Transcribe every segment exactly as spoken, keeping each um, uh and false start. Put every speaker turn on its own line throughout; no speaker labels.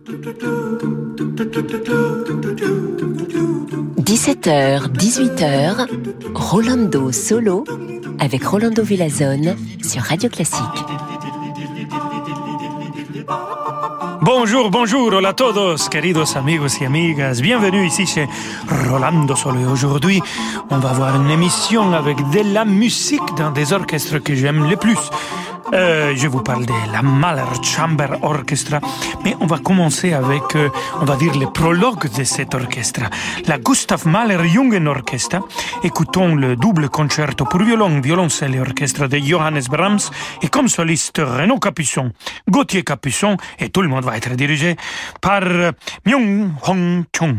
dix-sept heures, dix-huit heures, Rolando Solo avec Rolando Villazone sur Radio Classique.
Bonjour, bonjour, hola a todos, queridos amigos y amigas. Bienvenue ici chez Rolando Solo. Et aujourd'hui, on va voir une émission avec de la musique dans des orchestres que j'aime le plus. Euh, je vous parle de la Mahler Chamber Orchestra, mais on va commencer avec, euh, on va dire, le prologue de cet orchestre, la Gustav Mahler Jungen Orchestra. Écoutons le double concerto pour violon, violoncelle et orchestre de Johannes Brahms, et comme soliste Renaud Capuçon, Gauthier Capuçon, et tout le monde va être dirigé par Myung-Hong Chung.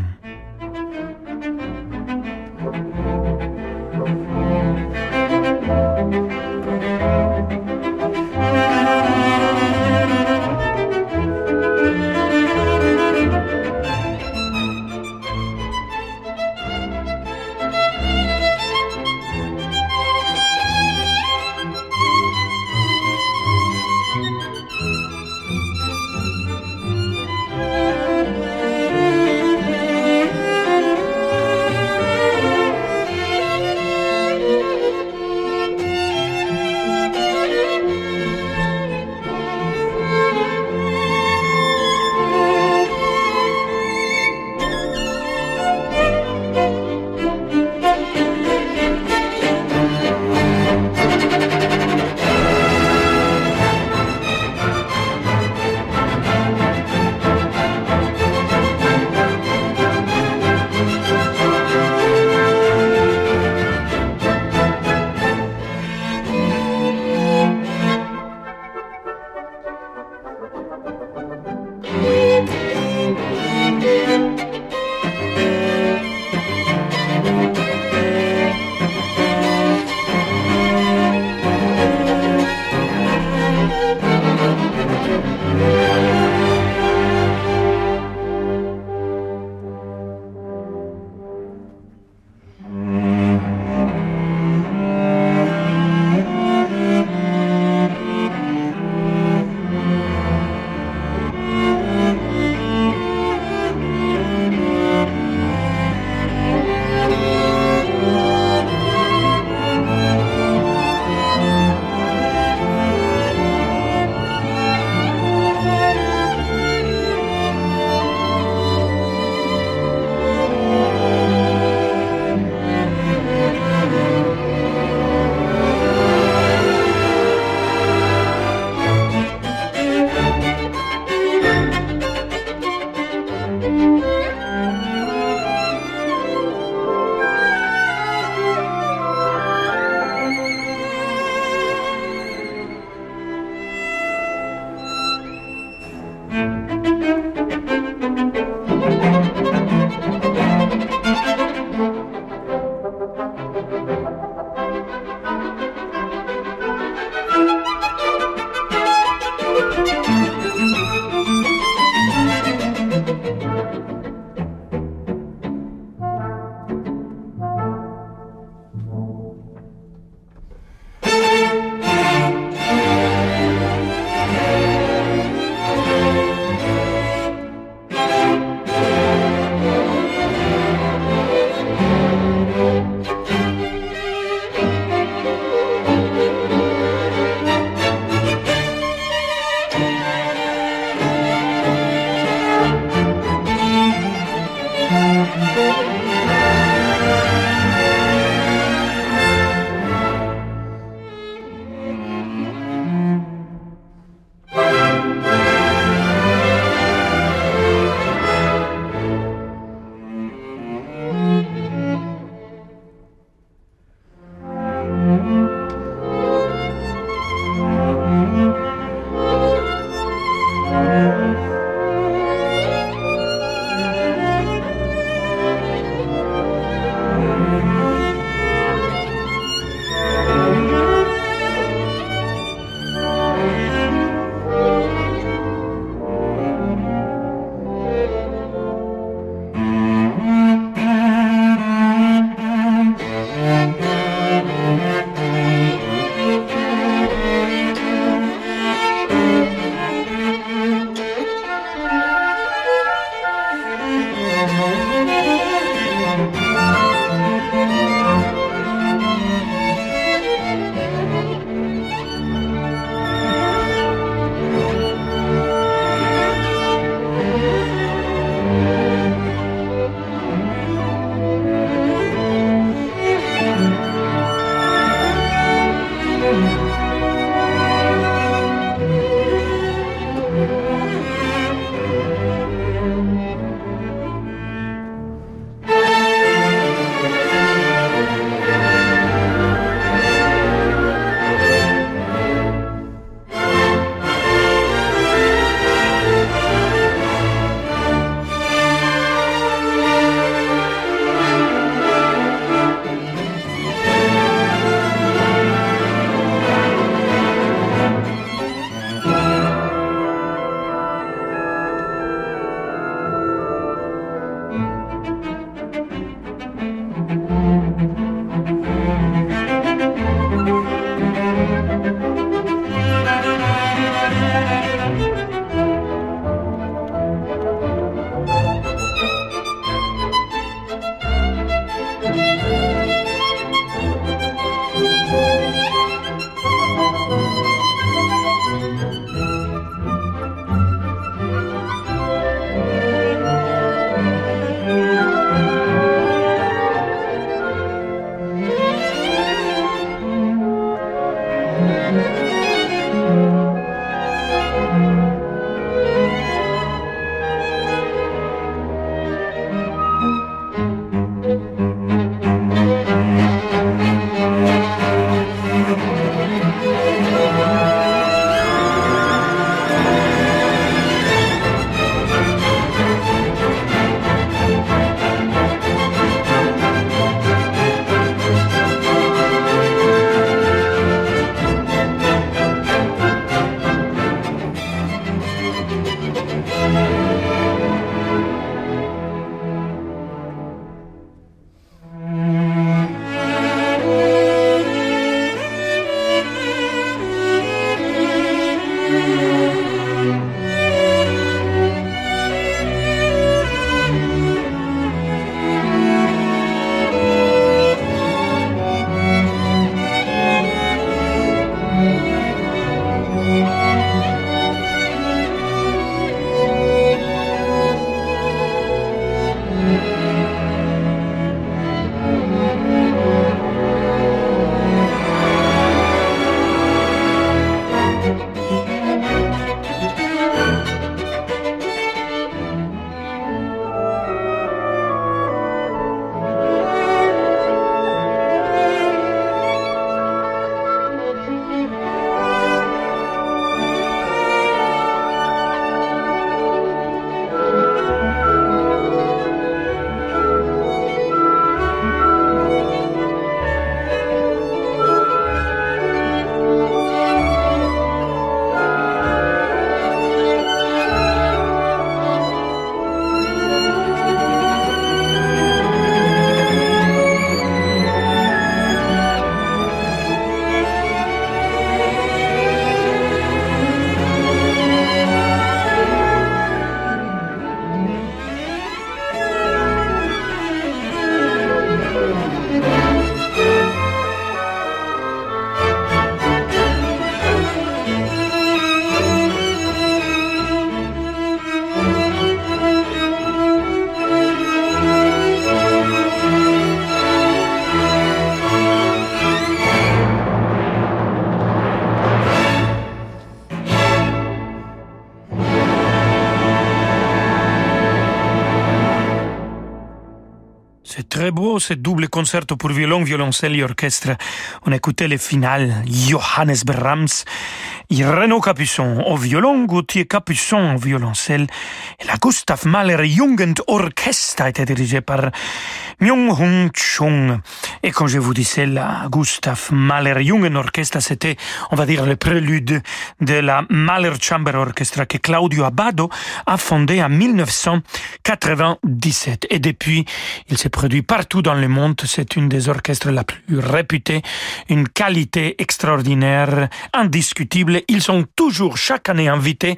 C'est très beau, ce double concerto pour violon, violoncelle et orchestre. On écoutait le final, Johannes Brahms, et Renaud Capuçon au violon, Gauthier Capuçon au violoncelle, et la Gustav Mahler Jugendorchester était dirigée par Myung-Hun Chung. Et quand je vous disais la Gustav Mahler Jugendorchester, c'était, on va dire, le prélude de la Mahler Chamber Orchestra que Claudio Abbado a fondé en dix-neuf cent quatre-vingt-dix-sept. Et depuis, il s'est produit partout dans le monde. C'est une des orchestres la plus réputée, une qualité extraordinaire, indiscutible. Ils sont toujours chaque année invités,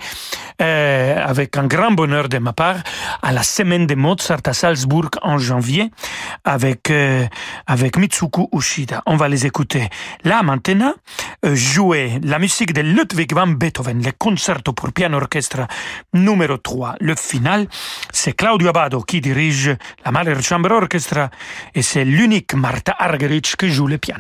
euh, avec un grand bonheur de ma part, à la semaine de Mozart à Salzbourg en janvier, avec euh, avec Mitsuko Ushida. On va les écouter là maintenant, euh, jouer la musique de Ludwig van Beethoven, le concerto pour piano orchestre numéro trois. Le final, c'est Claudio Abbado qui dirige la Mahler Chamber Orchestra et c'est l'unique Martha Argerich qui joue le piano.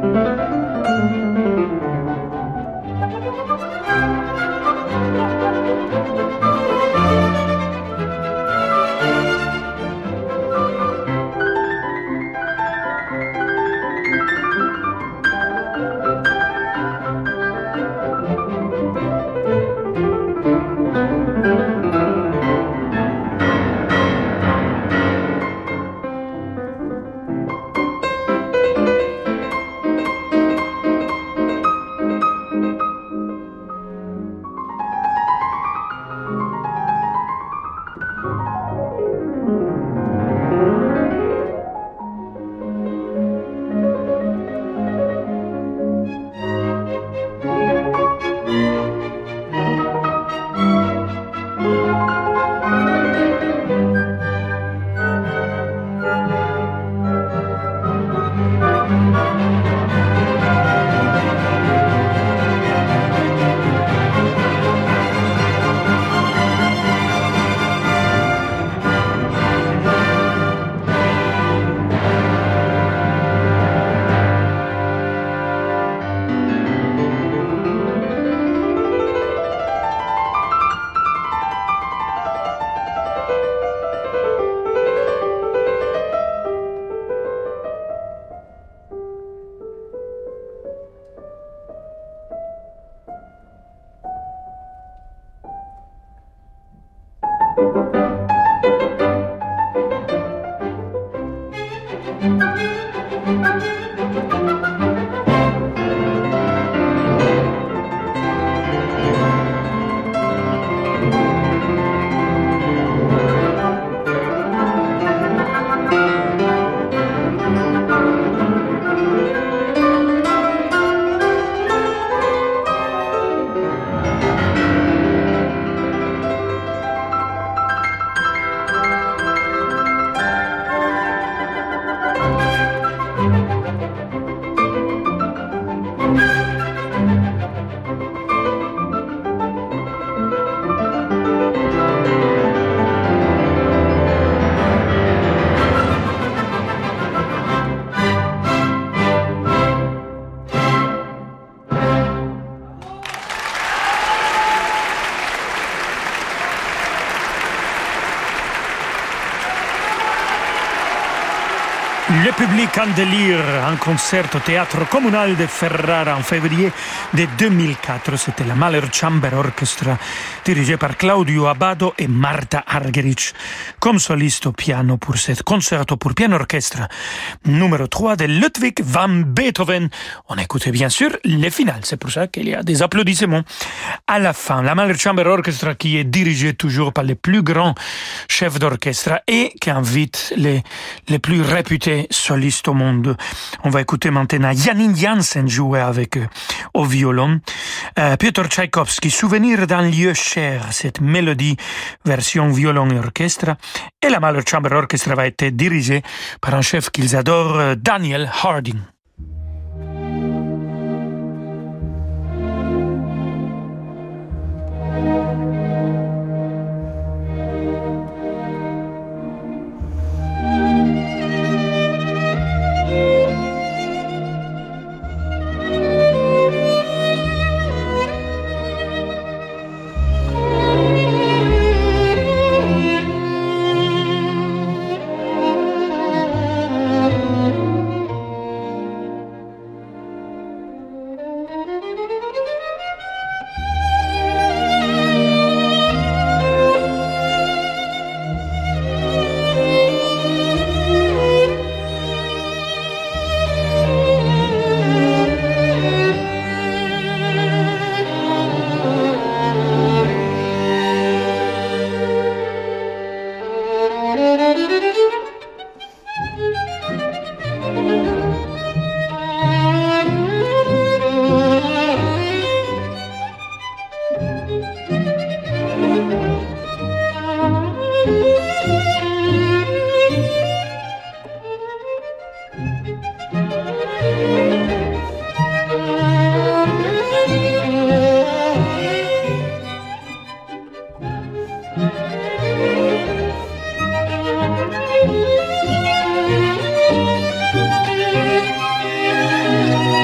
Le public en délire, un concert au théâtre communal de Ferrara en février de deux mille quatre. C'était la Mahler Chamber Orchestra, dirigée par Claudio Abbado et Marta Argerich, comme soliste au piano pour ce concerto pour piano orchestre numéro trois de Ludwig van Beethoven. On écoutait bien sûr le final, c'est pour ça qu'il y a des applaudissements à la fin. La Mahler Chamber Orchestra qui est dirigée toujours par les plus grands chefs d'orchestre et qui invite les, les plus réputés solistes au monde. On va écouter maintenant Janine Jansen jouer avec eux au violon. Euh, Piotr Tchaïkovski, Souvenir d'un lieu cher, cette mélodie version violon et orchestre. Et la Mahler Chamber Orchestra va être dirigée par un chef qu'ils adorent, Daniel Harding.
Thank you.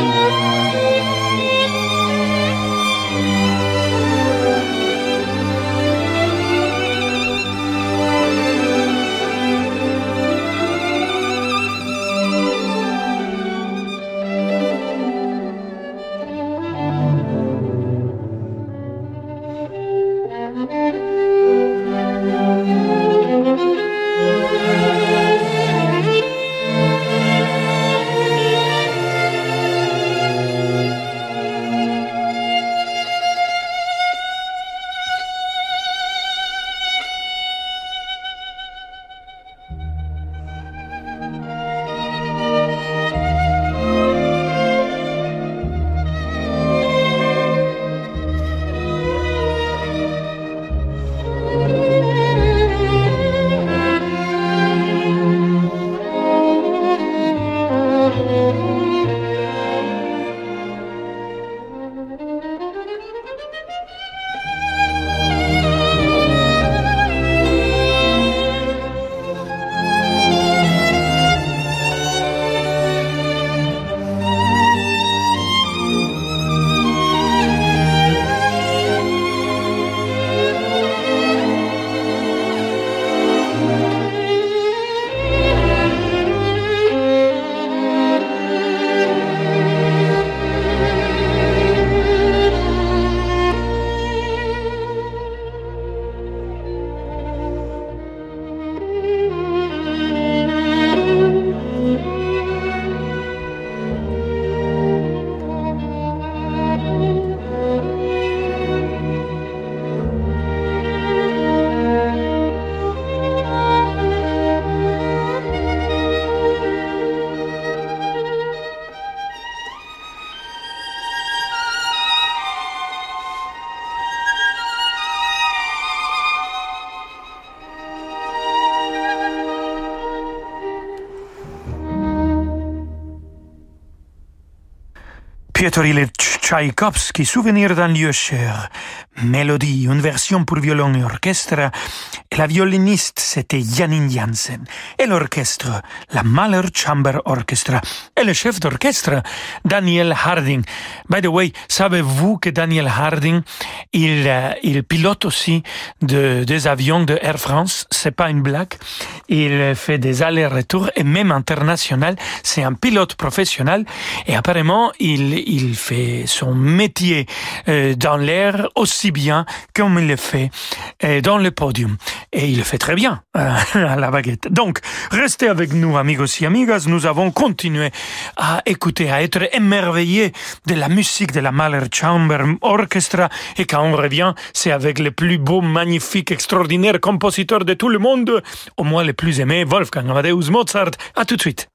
Piotr Ilyich Tchaïkovski, Souvenir d'un lieu cher. Mélodie, une version pour violon et orchestre. Et la violiniste, c'était Janine Jansen. Et l'orchestre, la Mahler Chamber Orchestra. Et le chef d'orchestre, Daniel Harding. By the way, savez-vous que Daniel Harding, il, euh, il pilote aussi de, des avions de Air France? C'est pas une blague. Il fait des allers-retours et même international. C'est un pilote professionnel. Et apparemment, il, il fait son métier euh, dans l'air aussi bien comme il le fait euh, dans le podium. Et il le fait très bien euh, à la baguette. Donc, restez avec nous, amigos et amigas. Nous avons continué à écouter, à être émerveillés de la musique de la Mahler Chamber Orchestra. Et quand on revient, c'est avec le plus beau, magnifique, extraordinaire compositeur de tout le monde, au moins le plus aimé, Wolfgang Amadeus Mozart. À tout de suite.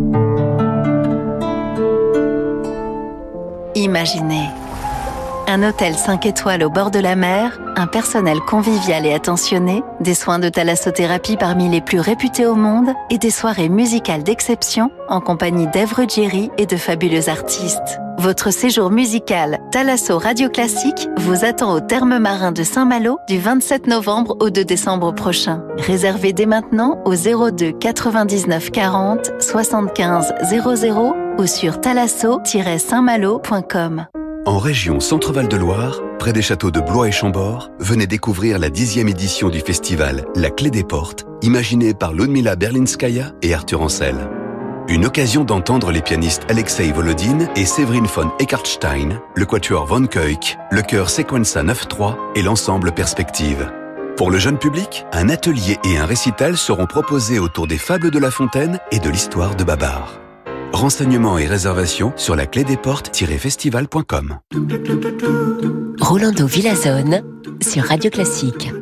Imaginez un hôtel cinq étoiles au bord de la mer, un personnel convivial et attentionné, des soins de thalassothérapie parmi les plus réputés au monde et des soirées musicales d'exception en compagnie d'Ève Ruggieri et de fabuleux artistes. Votre séjour musical Thalasso Radio Classique vous attend au Thermes Marins de Saint-Malo du vingt-sept novembre au deux décembre prochain. Réservez dès maintenant au zéro deux quatre-vingt-dix-neuf quarante soixante-quinze zéro zéro ou sur thalasso tiret saint malo point com.
En région Centre-Val de Loire, près des châteaux de Blois et Chambord, venez découvrir la dixième édition du festival La Clé des Portes, imaginé par Ludmila Berlinskaya et Arthur Ancel. Une occasion d'entendre les pianistes Alexei Volodine et Séverine von Eckartstein, le quatuor Von Kuijk, le chœur Sequenza neuf trois et l'ensemble Perspective. Pour le jeune public, un atelier et un récital seront proposés autour des fables de La Fontaine et de l'histoire de Babar. Renseignements et réservations sur la clé des portes tiret festival point com.
Rolando Villazone sur Radio Classique.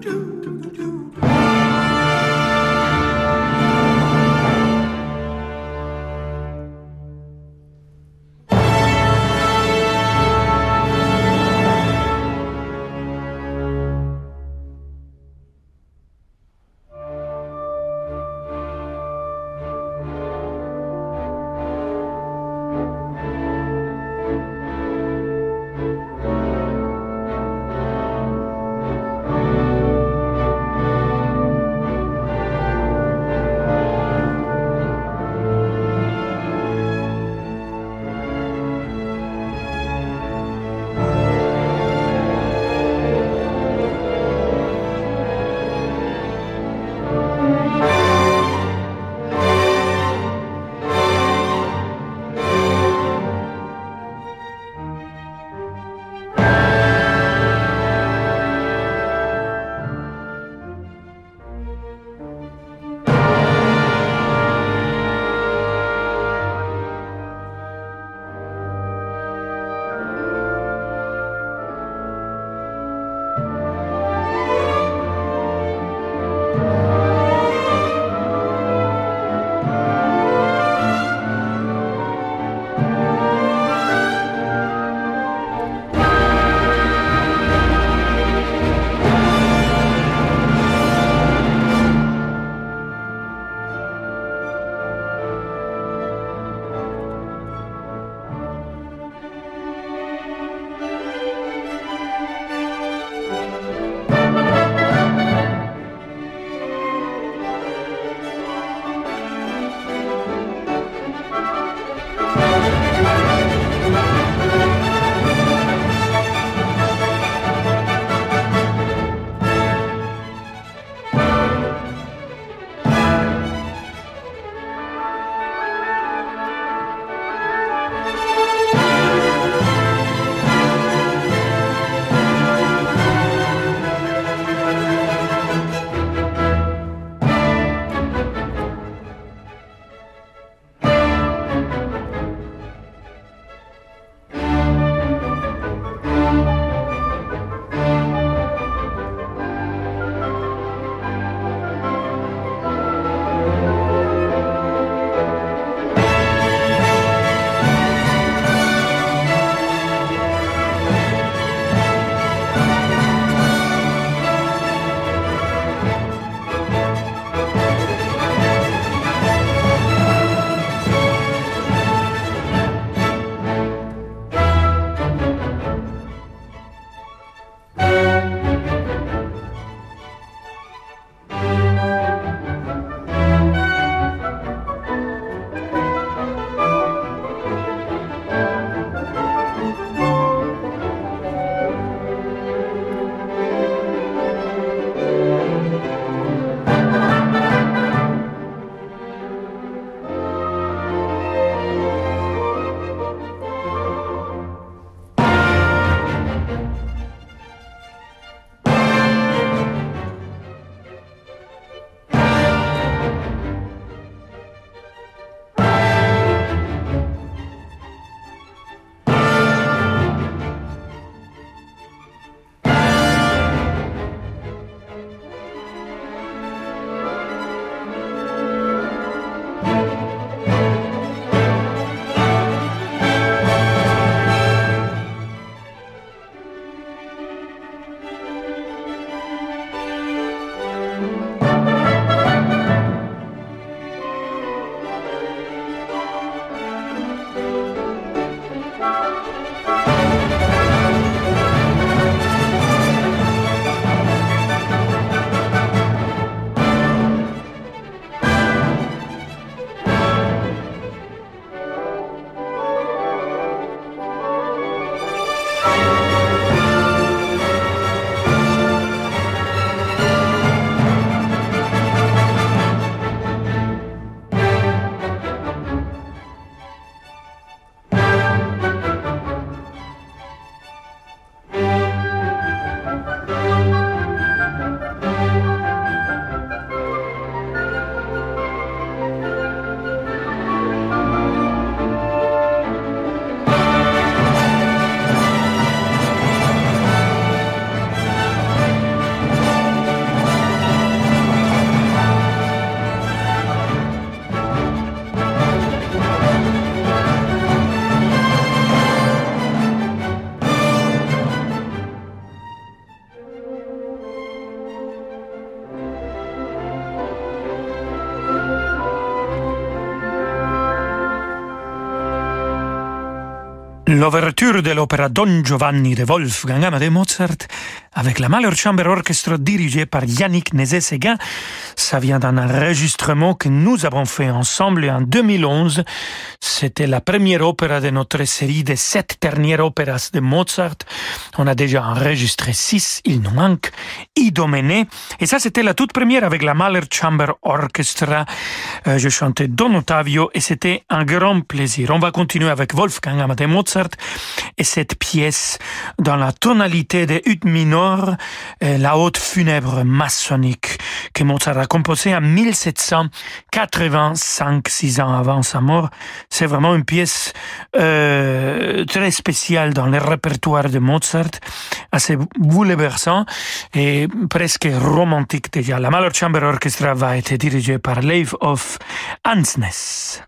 L'ouverture de l'opéra Don Giovanni de Wolfgang Amadeus Mozart avec la Mahler Chamber Orchestra dirigée par Yannick Nézet-Séguin. Ça vient d'un enregistrement que nous avons fait ensemble en deux mille onze. C'était la première opéra de notre série des sept dernières opéras de Mozart. On a déjà enregistré six, il nous manque Idoménée. Et ça, c'était la toute première avec la Mahler Chamber Orchestra. Euh, je chantais Don Ottavio et c'était un grand plaisir. On va continuer avec Wolfgang Amadeus Mozart et cette pièce dans la tonalité de ut mineur, la haute funèbre maçonnique que Mozart a composée en mille sept cent quatre-vingt-cinq, six ans avant sa mort. C'est vraiment une pièce euh, très spéciale dans le répertoire de Mozart, assez bouleversant et presque romantique déjà. La Mahler Chamber Orchestra va être dirigée par Leif of Ansnes.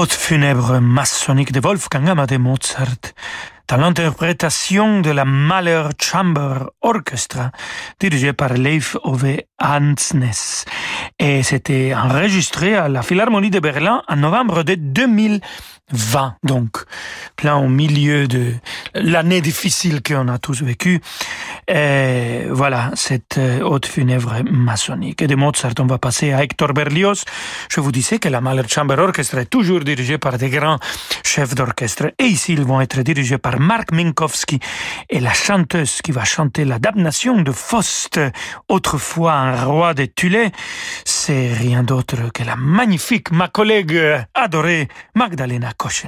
Ode funèbre maçonnique de Wolfgang Amadeus Mozart, dans l'interprétation de la Mahler Chamber Orchestra, dirigée par Leif Ove Andsnes. Et c'était enregistré à la Philharmonie de Berlin en novembre de deux mille vingt, donc là au milieu de l'année difficile qu'on a tous vécue. Et voilà, cette ode funèbre maçonnique. Et de Mozart, on va passer à Hector Berlioz. Je vous disais que la Mahler Chamber Orchestra est toujours dirigée par des grands chefs d'orchestre. Et ici, ils vont être dirigés par Mark Minkowski et la chanteuse qui va chanter la damnation de Faust, autrefois un roi de Thulé. C'est rien d'autre que la magnifique, ma collègue adorée, Magdalena Koschen.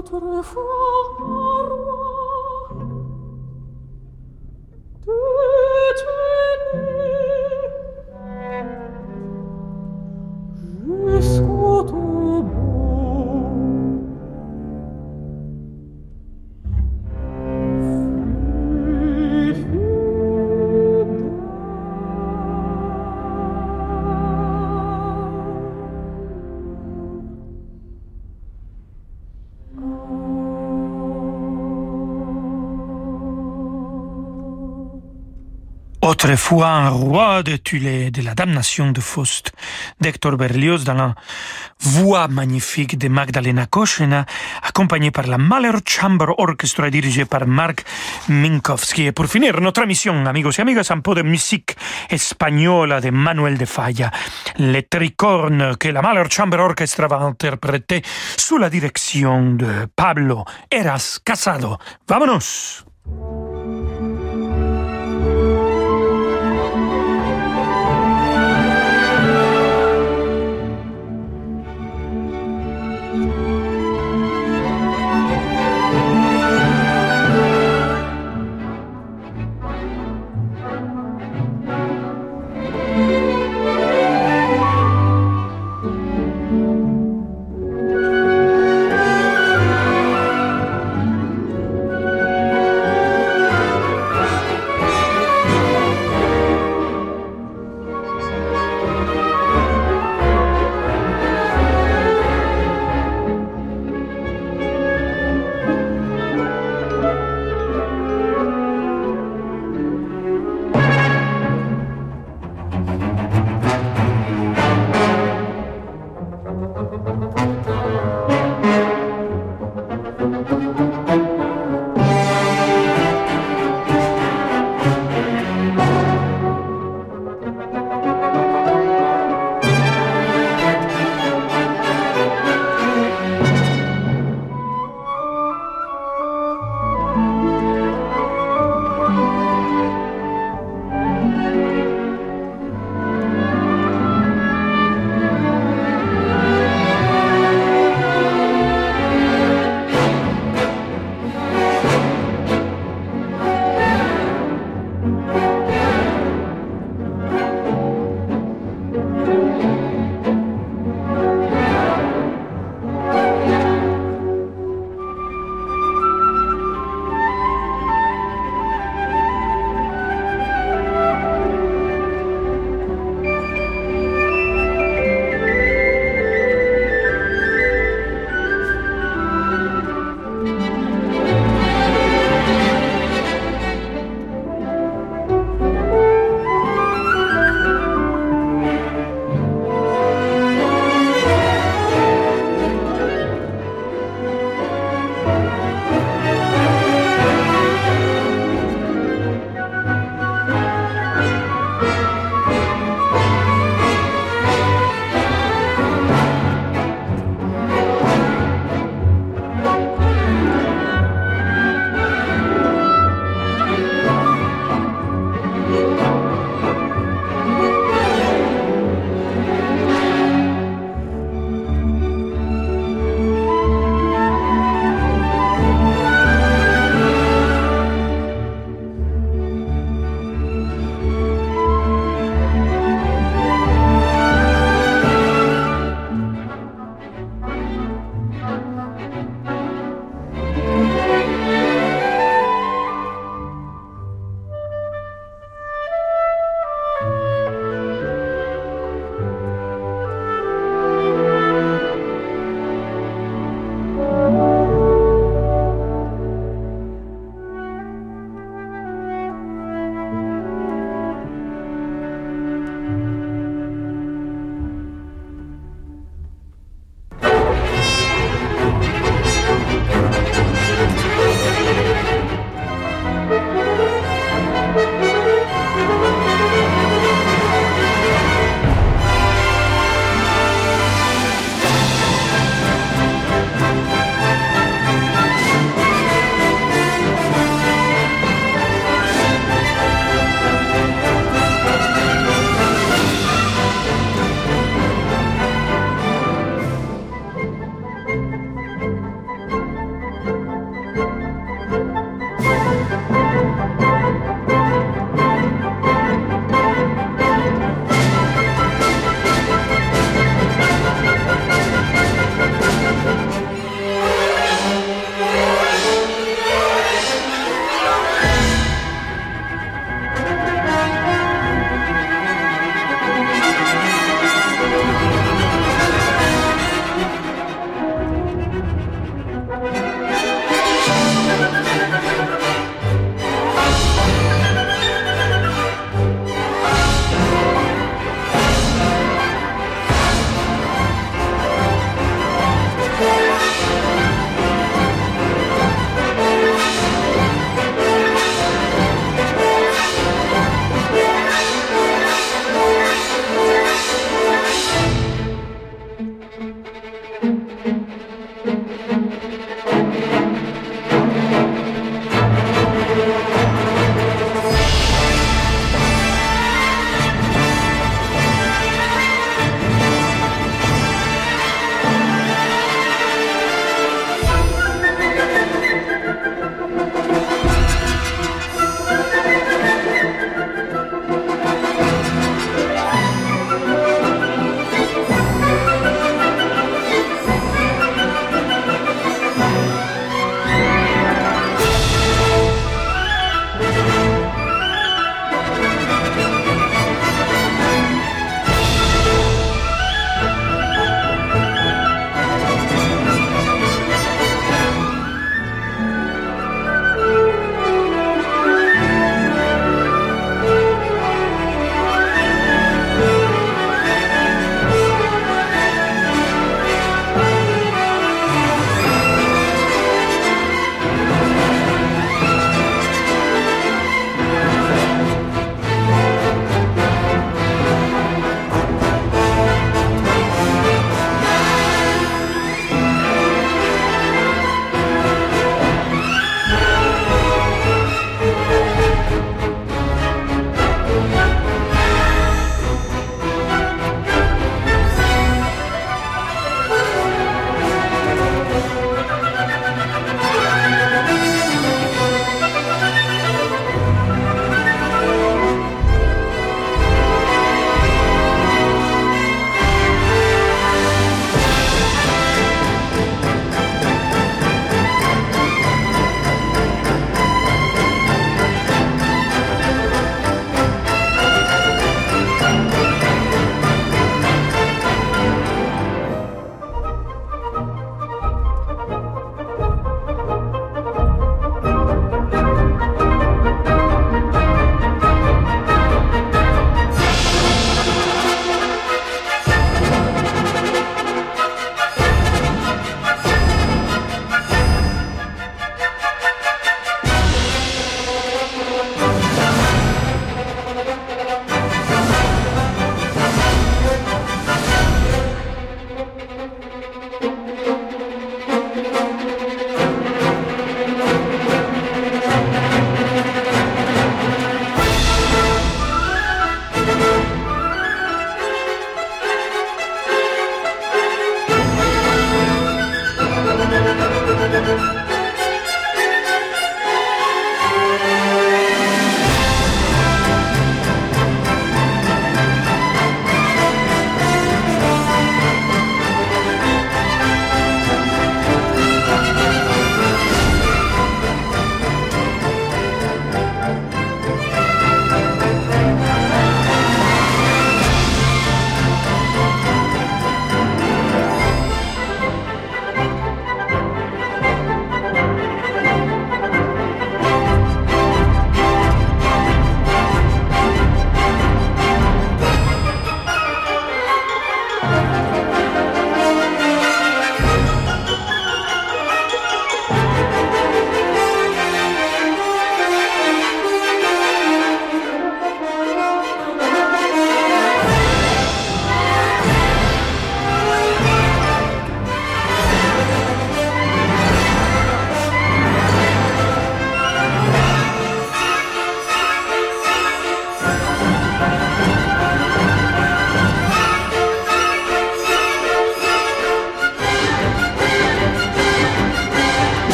Autrefois un roi de Tulé, de la damnation de Faust, d'Hector Berlioz, dans la voix magnifique de Magdalena Koschena, accompagnée par la Mahler Chamber Orchestra dirigée par Marc Minkowski. Et pour finir notre émission, amigos et amigas, un peu de musique espagnole de Manuel de Falla, les tricornes que la Mahler Chamber Orchestra va interpréter sous la direction de Pablo Heras Casado. Vámonos!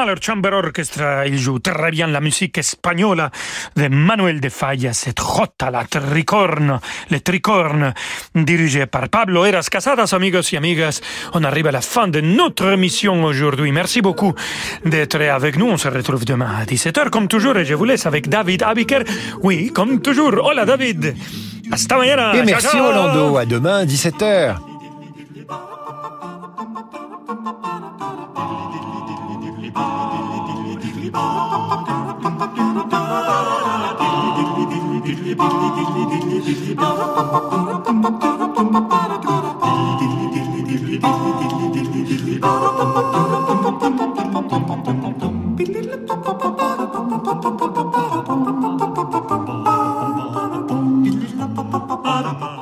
Mahler Chamber Orchestra. Il joue très bien la musique espagnole de Manuel de Falla. C'est Rota, la tricorne, le tricorne, dirigé par Pablo Heras Casadas. Amigos et amigas, on arrive à la fin de notre émission aujourd'hui. Merci beaucoup d'être avec nous. On se retrouve demain à dix-sept heures, comme toujours, et je vous laisse avec David Abiker. Oui, comme toujours. Hola, David. Hasta mañana.
Et merci,
ciao, ciao.
Rolando. À demain, dix-sept heures.
Ba-da-ba.